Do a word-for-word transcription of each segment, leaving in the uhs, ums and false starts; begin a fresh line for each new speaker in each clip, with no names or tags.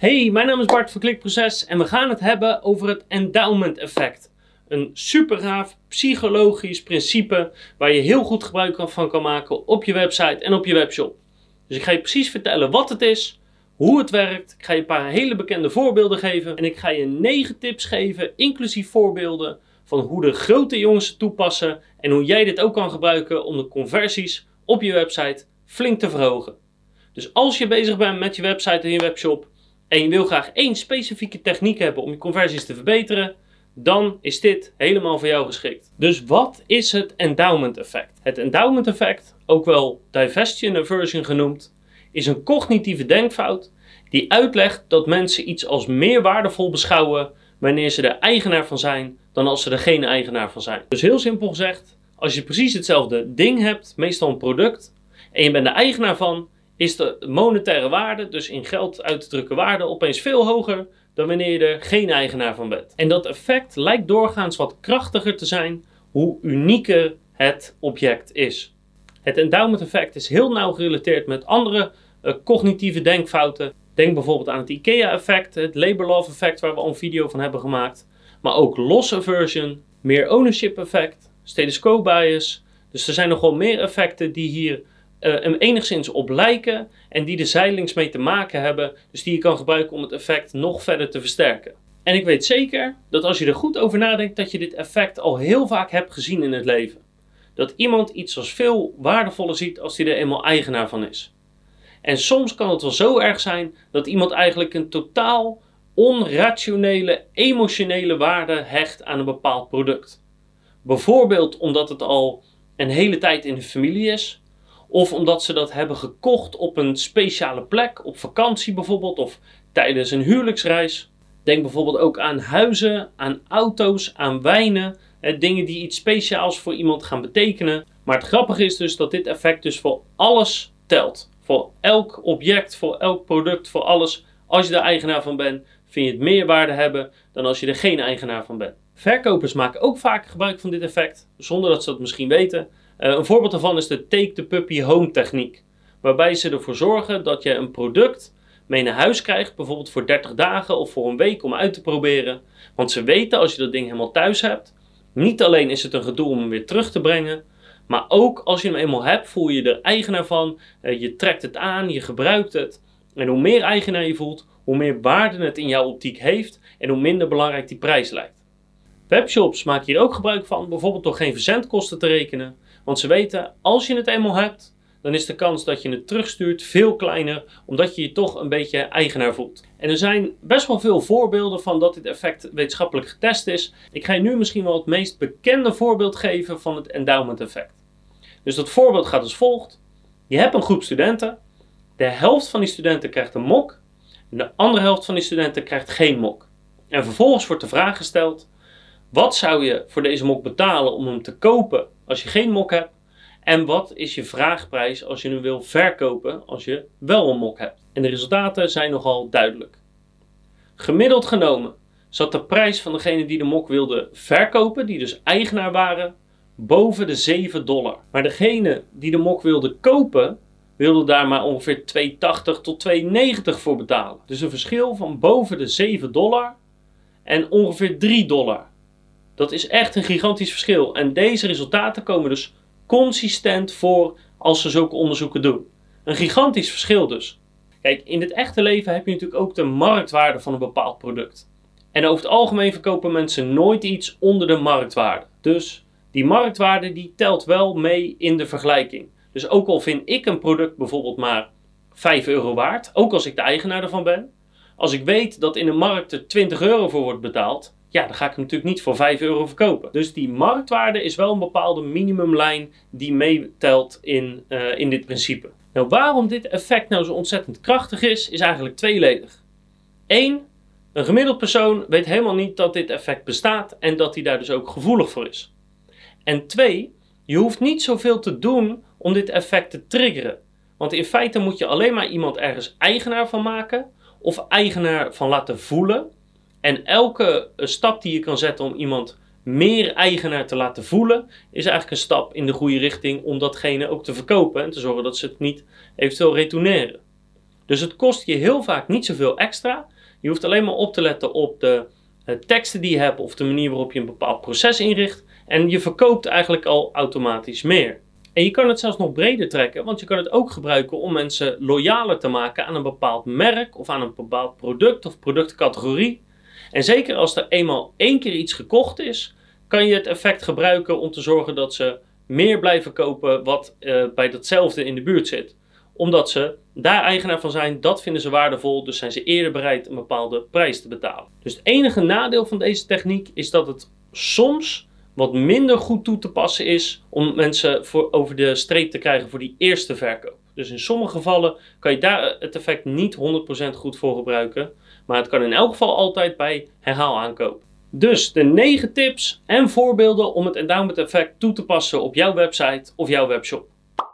Hey, mijn naam is Bart van Klikproces en we gaan het hebben over het endowment effect. Een super gaaf psychologisch principe waar je heel goed gebruik van kan maken op je website en op je webshop. Dus ik ga je precies vertellen wat het is, hoe het werkt. Ik ga je een paar hele bekende voorbeelden geven en ik ga je negen tips geven, inclusief voorbeelden van hoe de grote jongens het toepassen en hoe jij dit ook kan gebruiken om de conversies op je website flink te verhogen. Dus als je bezig bent met je website en je webshop en je wil graag één specifieke techniek hebben om je conversies te verbeteren, dan is dit helemaal voor jou geschikt. Dus wat is het endowment effect? Het endowment effect, ook wel digestion aversion genoemd, is een cognitieve denkfout die uitlegt dat mensen iets als meer waardevol beschouwen wanneer ze er eigenaar van zijn dan als ze er geen eigenaar van zijn. Dus heel simpel gezegd, als je precies hetzelfde ding hebt, meestal een product, en je bent de eigenaar van, is de monetaire waarde, dus in geld uit te drukken waarde, opeens veel hoger dan wanneer je er geen eigenaar van bent. En dat effect lijkt doorgaans wat krachtiger te zijn hoe unieker het object is. Het endowment effect is heel nauw gerelateerd met andere uh, cognitieve denkfouten. Denk bijvoorbeeld aan het IKEA effect, het labor love effect waar we al een video van hebben gemaakt. Maar ook loss aversion, meer ownership effect, status quo bias. Dus er zijn nog wel meer effecten die hier Uh, er enigszins op lijken en die er zijdelings mee te maken hebben, dus die je kan gebruiken om het effect nog verder te versterken. En ik weet zeker dat als je er goed over nadenkt, dat je dit effect al heel vaak hebt gezien in het leven. Dat iemand iets als veel waardevoller ziet als hij er eenmaal eigenaar van is. En soms kan het wel zo erg zijn dat iemand eigenlijk een totaal onrationele, emotionele waarde hecht aan een bepaald product. Bijvoorbeeld omdat het al een hele tijd in de familie is, of omdat ze dat hebben gekocht op een speciale plek, op vakantie bijvoorbeeld, of tijdens een huwelijksreis. Denk bijvoorbeeld ook aan huizen, aan auto's, aan wijnen. Hè, dingen die iets speciaals voor iemand gaan betekenen. Maar het grappige is dus dat dit effect dus voor alles telt. Voor elk object, voor elk product, voor alles. Als je er eigenaar van bent, vind je het meer waarde hebben dan als je er geen eigenaar van bent. Verkopers maken ook vaak gebruik van dit effect, zonder dat ze dat misschien weten. Uh, een voorbeeld daarvan is de take the puppy home techniek. Waarbij ze ervoor zorgen dat je een product mee naar huis krijgt. Bijvoorbeeld voor dertig dagen of voor een week om uit te proberen. Want ze weten als je dat ding helemaal thuis hebt. Niet alleen is het een gedoe om hem weer terug te brengen. Maar ook als je hem eenmaal hebt voel je er eigenaar van. Uh, je trekt het aan, je gebruikt het. En hoe meer eigenaar je voelt, hoe meer waarde het in jouw optiek heeft. En hoe minder belangrijk die prijs lijkt. Webshops maken hier ook gebruik van. Bijvoorbeeld door geen verzendkosten te rekenen. Want ze weten, als je het eenmaal hebt, dan is de kans dat je het terugstuurt veel kleiner, omdat je je toch een beetje eigenaar voelt. En er zijn best wel veel voorbeelden van dat dit effect wetenschappelijk getest is. Ik ga je nu misschien wel het meest bekende voorbeeld geven van het endowment effect. Dus dat voorbeeld gaat als volgt. Je hebt een groep studenten. De helft van die studenten krijgt een mok. En de andere helft van die studenten krijgt geen mok. En vervolgens wordt de vraag gesteld, wat zou je voor deze mok betalen om hem te kopen als je geen mok hebt? En wat is je vraagprijs als je hem wil verkopen als je wel een mok hebt? En de resultaten zijn nogal duidelijk. Gemiddeld genomen zat de prijs van degene die de mok wilde verkopen, die dus eigenaar waren, boven de zeven dollar. Maar degene die de mok wilde kopen, wilde daar maar ongeveer twee tachtig tot twee negentig voor betalen. Dus een verschil van boven de zeven dollar en ongeveer drie dollar. Dat is echt een gigantisch verschil. En deze resultaten komen dus consistent voor als ze zulke onderzoeken doen. Een gigantisch verschil dus. Kijk, in het echte leven heb je natuurlijk ook de marktwaarde van een bepaald product. En over het algemeen verkopen mensen nooit iets onder de marktwaarde. Dus die marktwaarde die telt wel mee in de vergelijking. Dus ook al vind ik een product bijvoorbeeld maar vijf euro waard, ook als ik de eigenaar ervan ben. Als ik weet dat in de markt er twintig euro voor wordt betaald, ja, dan ga ik hem natuurlijk niet voor vijf euro verkopen. Dus die marktwaarde is wel een bepaalde minimumlijn die meetelt in, uh, in dit principe. Nou, waarom dit effect nou zo ontzettend krachtig is, is eigenlijk tweeledig. Eén, een gemiddeld persoon weet helemaal niet dat dit effect bestaat en dat hij daar dus ook gevoelig voor is. En twee, je hoeft niet zoveel te doen om dit effect te triggeren. Want in feite moet je alleen maar iemand ergens eigenaar van maken of eigenaar van laten voelen. En elke stap die je kan zetten om iemand meer eigenaar te laten voelen, is eigenlijk een stap in de goede richting om datgene ook te verkopen en te zorgen dat ze het niet eventueel retourneren. Dus het kost je heel vaak niet zoveel extra. Je hoeft alleen maar op te letten op de uh, teksten die je hebt of de manier waarop je een bepaald proces inricht. En je verkoopt eigenlijk al automatisch meer. En je kan het zelfs nog breder trekken, want je kan het ook gebruiken om mensen loyaler te maken aan een bepaald merk of aan een bepaald product of productcategorie. En zeker als er eenmaal één keer iets gekocht is, kan je het effect gebruiken om te zorgen dat ze meer blijven kopen wat uh, bij datzelfde in de buurt zit. Omdat ze daar eigenaar van zijn, dat vinden ze waardevol, dus zijn ze eerder bereid een bepaalde prijs te betalen. Dus het enige nadeel van deze techniek is dat het soms wat minder goed toe te passen is om mensen voor, over de streep te krijgen voor die eerste verkoop. Dus in sommige gevallen kan je daar het effect niet honderd procent goed voor gebruiken, maar het kan in elk geval altijd bij herhaalaankoop. Dus de negen tips en voorbeelden om het endowment effect toe te passen op jouw website of jouw webshop.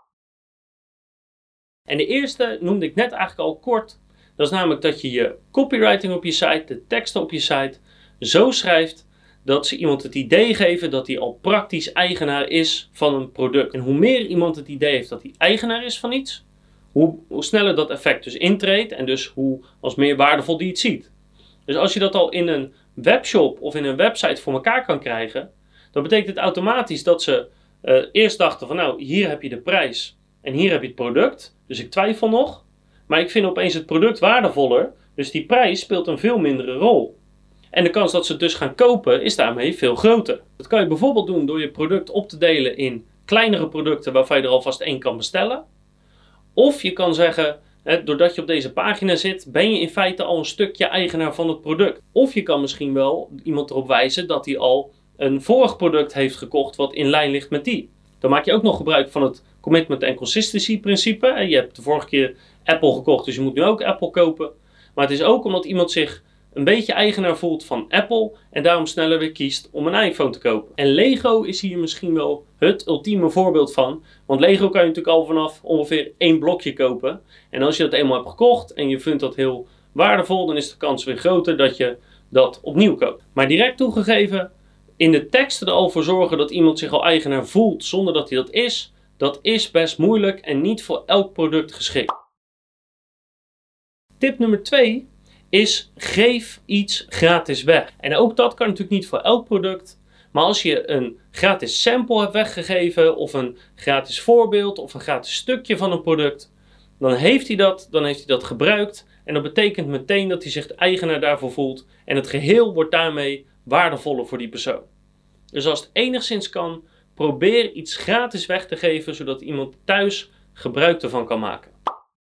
En de eerste noemde ik net eigenlijk al kort. Dat is namelijk dat je je copywriting op je site, de teksten op je site, zo schrijft dat ze iemand het idee geven dat hij al praktisch eigenaar is van een product. En hoe meer iemand het idee heeft dat hij eigenaar is van iets, hoe, hoe sneller dat effect dus intreedt en dus hoe als meer waardevol die het ziet. Dus als je dat al in een webshop of in een website voor elkaar kan krijgen, dan betekent het automatisch dat ze uh, eerst dachten van nou, hier heb je de prijs en hier heb je het product. Dus ik twijfel nog, maar ik vind opeens het product waardevoller, dus die prijs speelt een veel mindere rol. En de kans dat ze het dus gaan kopen is daarmee veel groter. Dat kan je bijvoorbeeld doen door je product op te delen in kleinere producten waarvan je er alvast één kan bestellen. Of je kan zeggen, hè, doordat je op deze pagina zit, ben je in feite al een stukje eigenaar van het product. Of je kan misschien wel iemand erop wijzen dat hij al een vorig product heeft gekocht wat in lijn ligt met die. Dan maak je ook nog gebruik van het commitment en consistency principe. Je hebt de vorige keer Apple gekocht, dus je moet nu ook Apple kopen. Maar het is ook omdat iemand zich een beetje eigenaar voelt van Apple en daarom sneller weer kiest om een iPhone te kopen. En Lego is hier misschien wel het ultieme voorbeeld van. Want Lego kan je natuurlijk al vanaf ongeveer één blokje kopen. En als je dat eenmaal hebt gekocht en je vindt dat heel waardevol, dan is de kans weer groter dat je dat opnieuw koopt. Maar direct toegegeven, in de teksten er al voor zorgen dat iemand zich al eigenaar voelt zonder dat hij dat is, dat is best moeilijk en niet voor elk product geschikt. Tip nummer twee is geef iets gratis weg. En ook dat kan natuurlijk niet voor elk product. Maar als je een gratis sample hebt weggegeven of een gratis voorbeeld of een gratis stukje van een product, dan heeft hij dat, dan heeft hij dat gebruikt. En dat betekent meteen dat hij zich de eigenaar daarvoor voelt. En het geheel wordt daarmee waardevoller voor die persoon. Dus als het enigszins kan, probeer iets gratis weg te geven, zodat iemand thuis gebruik ervan kan maken.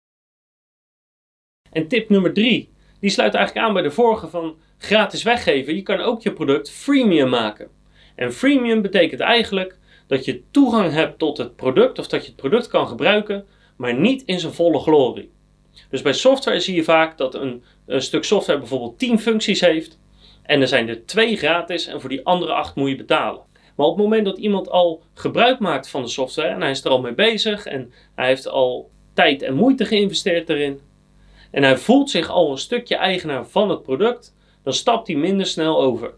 En tip nummer drie, die sluit eigenlijk aan bij de vorige van gratis weggeven. Je kan ook je product freemium maken. En freemium betekent eigenlijk dat je toegang hebt tot het product, of dat je het product kan gebruiken, maar niet in zijn volle glorie. Dus bij software zie je vaak dat een, een stuk software bijvoorbeeld tien functies heeft. En er zijn er twee gratis en voor die andere acht moet je betalen. Maar op het moment dat iemand al gebruik maakt van de software en hij is er al mee bezig en hij heeft al tijd en moeite geïnvesteerd erin en hij voelt zich al een stukje eigenaar van het product, dan stapt hij minder snel over.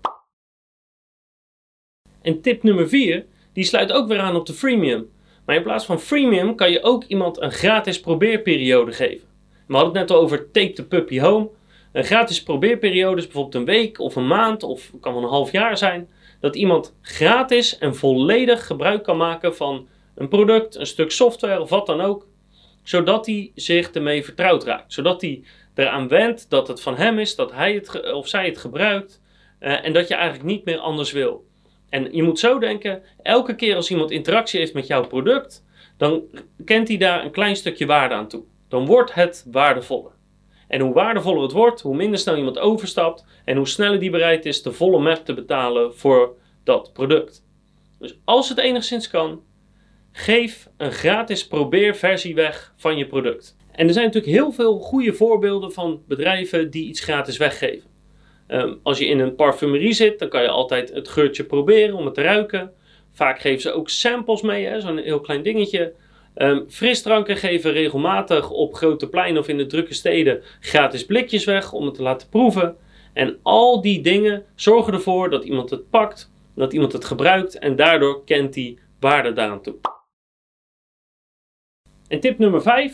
En tip nummer vier, die sluit ook weer aan op de freemium. Maar in plaats van freemium kan je ook iemand een gratis probeerperiode geven. We hadden het net al over Take the Puppy Home. Een gratis probeerperiode is bijvoorbeeld een week of een maand of kan wel een half jaar zijn. Dat iemand gratis en volledig gebruik kan maken van een product, een stuk software of wat dan ook. Zodat hij zich ermee vertrouwd raakt. Zodat hij eraan wendt dat het van hem is, dat hij het of zij het gebruikt. Uh, en dat je eigenlijk niet meer anders wil. En je moet zo denken, elke keer als iemand interactie heeft met jouw product, dan kent hij daar een klein stukje waarde aan toe. Dan wordt het waardevoller. En hoe waardevoller het wordt, hoe minder snel iemand overstapt en hoe sneller die bereid is de volle map te betalen voor dat product. Dus als het enigszins kan, geef een gratis probeerversie weg van je product. En er zijn natuurlijk heel veel goede voorbeelden van bedrijven die iets gratis weggeven. Um, als je in een parfumerie zit, dan kan je altijd het geurtje proberen om het te ruiken. Vaak geven ze ook samples mee, zo'n heel klein dingetje. Um, frisdranken geven regelmatig op grote pleinen of in de drukke steden gratis blikjes weg om het te laten proeven. En al die dingen zorgen ervoor dat iemand het pakt, dat iemand het gebruikt en daardoor kent hij waarde daaraan toe. En tip nummer vijf.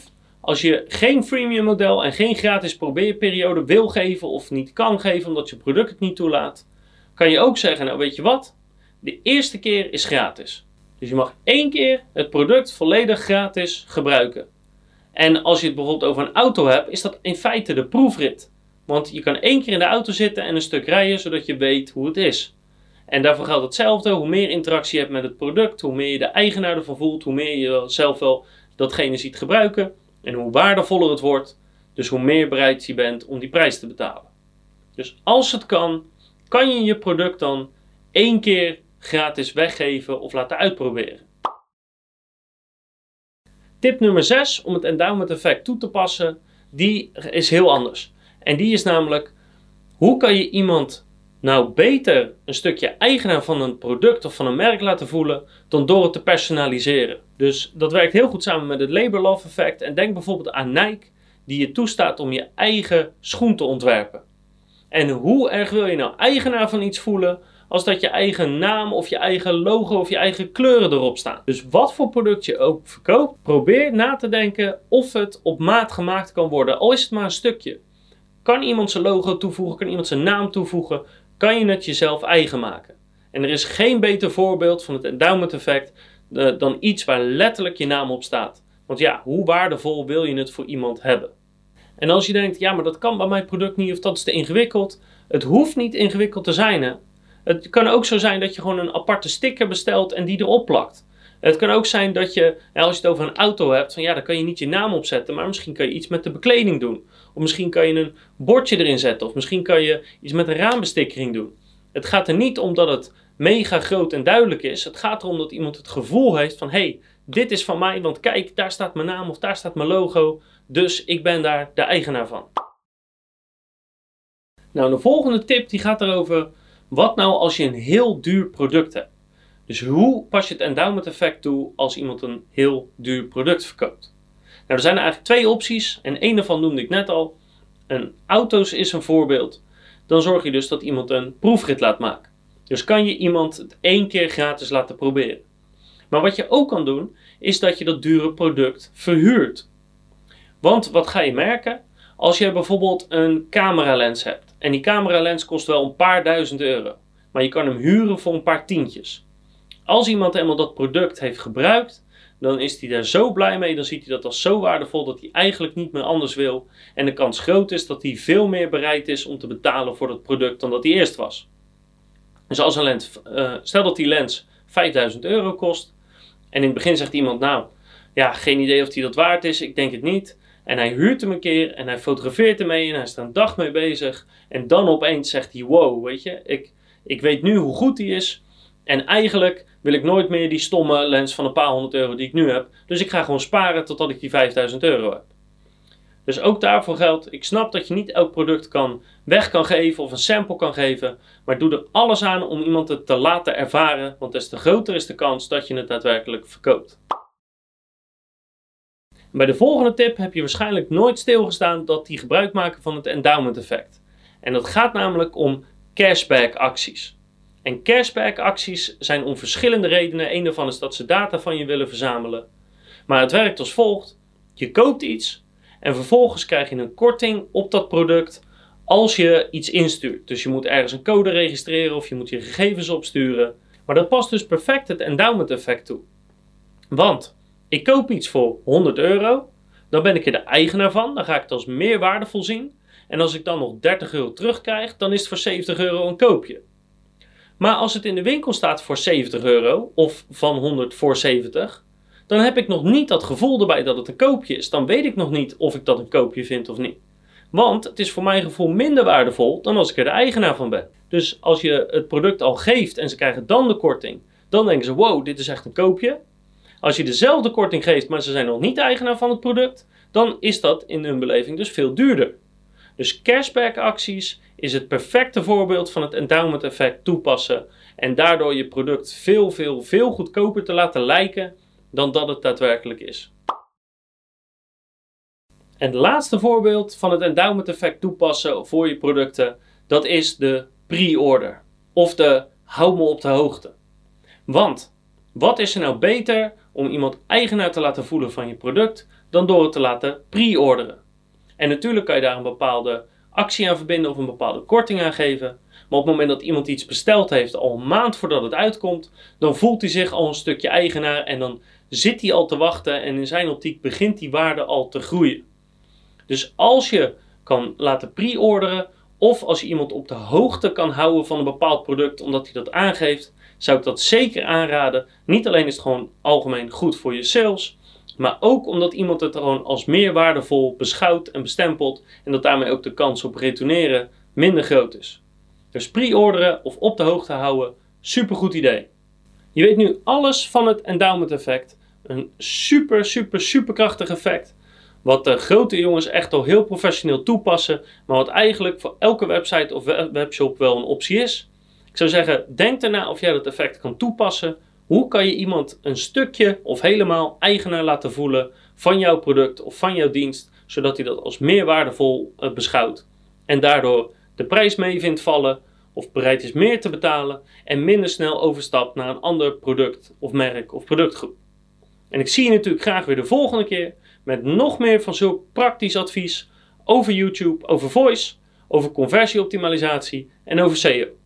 Als je geen freemium model en geen gratis probeerperiode wil geven of niet kan geven omdat je product het niet toelaat, kan je ook zeggen, nou weet je wat, de eerste keer is gratis. Dus je mag één keer het product volledig gratis gebruiken. En als je het bijvoorbeeld over een auto hebt, is dat in feite de proefrit. Want je kan één keer in de auto zitten en een stuk rijden, zodat je weet hoe het is. En daarvoor geldt hetzelfde. Hoe meer interactie je hebt met het product, hoe meer je de eigenaar ervan voelt, hoe meer je zelf wel datgene ziet gebruiken. En hoe waardevoller het wordt, dus hoe meer bereid je bent om die prijs te betalen. Dus als het kan, kan je je product dan één keer gratis weggeven of laten uitproberen. Tip nummer zes om het endowment effect toe te passen, die is heel anders. En die is namelijk, hoe kan je iemand nou beter een stukje eigenaar van een product of van een merk laten voelen dan door het te personaliseren. Dus dat werkt heel goed samen met het labor love effect. En denk bijvoorbeeld aan Nike, die je toestaat om je eigen schoen te ontwerpen. En hoe erg wil je nou eigenaar van iets voelen als dat je eigen naam of je eigen logo of je eigen kleuren erop staan. Dus wat voor product je ook verkoopt, probeer na te denken of het op maat gemaakt kan worden. Al is het maar een stukje. Kan iemand zijn logo toevoegen, kan iemand zijn naam toevoegen, kan je het jezelf eigen maken. En er is geen beter voorbeeld van het endowment effect uh, dan iets waar letterlijk je naam op staat. Want ja, hoe waardevol wil je het voor iemand hebben? En als je denkt, ja maar dat kan bij mijn product niet of dat is te ingewikkeld. Het hoeft niet ingewikkeld te zijn hè. Het kan ook zo zijn dat je gewoon een aparte sticker bestelt en die erop plakt. Het kan ook zijn dat je, als je het over een auto hebt, van ja, daar kan je niet je naam op zetten, maar misschien kan je iets met de bekleding doen. Of misschien kan je een bordje erin zetten, of misschien kan je iets met een raambestikkering doen. Het gaat er niet om dat het mega groot en duidelijk is. Het gaat erom dat iemand het gevoel heeft van, hé, hey, dit is van mij, want kijk, daar staat mijn naam of daar staat mijn logo, dus ik ben daar de eigenaar van. Nou, de volgende tip die gaat erover, wat nou als je een heel duur product hebt? Dus hoe pas je het endowment effect toe als iemand een heel duur product verkoopt? Nou, er zijn er eigenlijk twee opties en één daarvan noemde ik net al. Een auto's is een voorbeeld. Dan zorg je dus dat iemand een proefrit laat maken. Dus kan je iemand het één keer gratis laten proberen. Maar wat je ook kan doen, is dat je dat dure product verhuurt. Want wat ga je merken? Als je bijvoorbeeld een cameralens hebt. En die cameralens kost wel een paar duizend euro. Maar je kan hem huren voor een paar tientjes. Als iemand eenmaal dat product heeft gebruikt, dan is hij daar zo blij mee. Dan ziet hij dat als zo waardevol dat hij eigenlijk niet meer anders wil. En de kans groot is dat hij veel meer bereid is om te betalen voor dat product dan dat hij eerst was. Dus als een lens, uh, stel dat die lens vijfduizend euro kost. En in het begin zegt iemand, nou, ja, geen idee of die dat waard is. Ik denk het niet. En hij huurt hem een keer en hij fotografeert ermee en hij is er een dag mee bezig. En dan opeens zegt hij, wow, weet je, ik, ik weet nu hoe goed die is. En eigenlijk wil ik nooit meer die stomme lens van een paar honderd euro die ik nu heb. Dus ik ga gewoon sparen totdat ik die vijfduizend euro heb. Dus ook daarvoor geldt, ik snap dat je niet elk product kan weg kan geven of een sample kan geven. Maar doe er alles aan om iemand het te laten ervaren. Want des te groter is de kans dat je het daadwerkelijk verkoopt. Bij de volgende tip heb je waarschijnlijk nooit stilgestaan dat die gebruik maken van het endowment effect. En dat gaat namelijk om cashback acties. En cashback acties zijn om verschillende redenen. Eén daarvan is dat ze data van je willen verzamelen. Maar het werkt als volgt. Je koopt iets en vervolgens krijg je een korting op dat product als je iets instuurt. Dus je moet ergens een code registreren of je moet je gegevens opsturen. Maar dat past dus perfect het endowment effect toe. Want ik koop iets voor honderd euro, dan ben ik er de eigenaar van, dan ga ik het als meer waardevol zien. En als ik dan nog dertig euro terugkrijg, dan is het voor zeventig euro een koopje. Maar als het in de winkel staat voor zeventig euro, of van honderd voor zeventig, dan heb ik nog niet dat gevoel erbij dat het een koopje is. Dan weet ik nog niet of ik dat een koopje vind of niet. Want het is voor mijn gevoel minder waardevol dan als ik er de eigenaar van ben. Dus als je het product al geeft en ze krijgen dan de korting, dan denken ze, wow, dit is echt een koopje. Als je dezelfde korting geeft, maar ze zijn nog niet eigenaar van het product, dan is dat in hun beleving dus veel duurder. Dus cashback acties is het perfecte voorbeeld van het endowment effect toepassen en daardoor je product veel, veel, veel goedkoper te laten lijken dan dat het daadwerkelijk is. En het laatste voorbeeld van het endowment effect toepassen voor je producten, dat is de pre-order of de hou me op de hoogte. Want wat is er nou beter om iemand eigenaar te laten voelen van je product dan door het te laten pre-orderen. En natuurlijk kan je daar een bepaalde actie aan verbinden of een bepaalde korting aan geven. Maar op het moment dat iemand iets besteld heeft, al een maand voordat het uitkomt, dan voelt hij zich al een stukje eigenaar en dan zit hij al te wachten en in zijn optiek begint die waarde al te groeien. Dus als je kan laten pre-orderen of als je iemand op de hoogte kan houden van een bepaald product omdat hij dat aangeeft, zou ik dat zeker aanraden. Niet alleen is het gewoon algemeen goed voor je sales, maar ook omdat iemand het gewoon als meer waardevol beschouwt en bestempelt en dat daarmee ook de kans op retourneren minder groot is. Dus pre-orderen of op de hoogte houden, supergoed idee. Je weet nu alles van het endowment effect. Een super, super, super krachtig effect. Wat de grote jongens echt al heel professioneel toepassen. Maar wat eigenlijk voor elke website of webshop wel een optie is. Ik zou zeggen, denk erna of jij dat effect kan toepassen. Hoe kan je iemand een stukje of helemaal eigenaar laten voelen van jouw product of van jouw dienst. Zodat hij dat als meer waardevol uh, beschouwt. En daardoor de prijs mee vindt vallen. Of bereid is meer te betalen. En minder snel overstapt naar een ander product of merk of productgroep. En ik zie je natuurlijk graag weer de volgende keer. Met nog meer van zulk praktisch advies over YouTube, over voice, over conversieoptimalisatie en over S E O.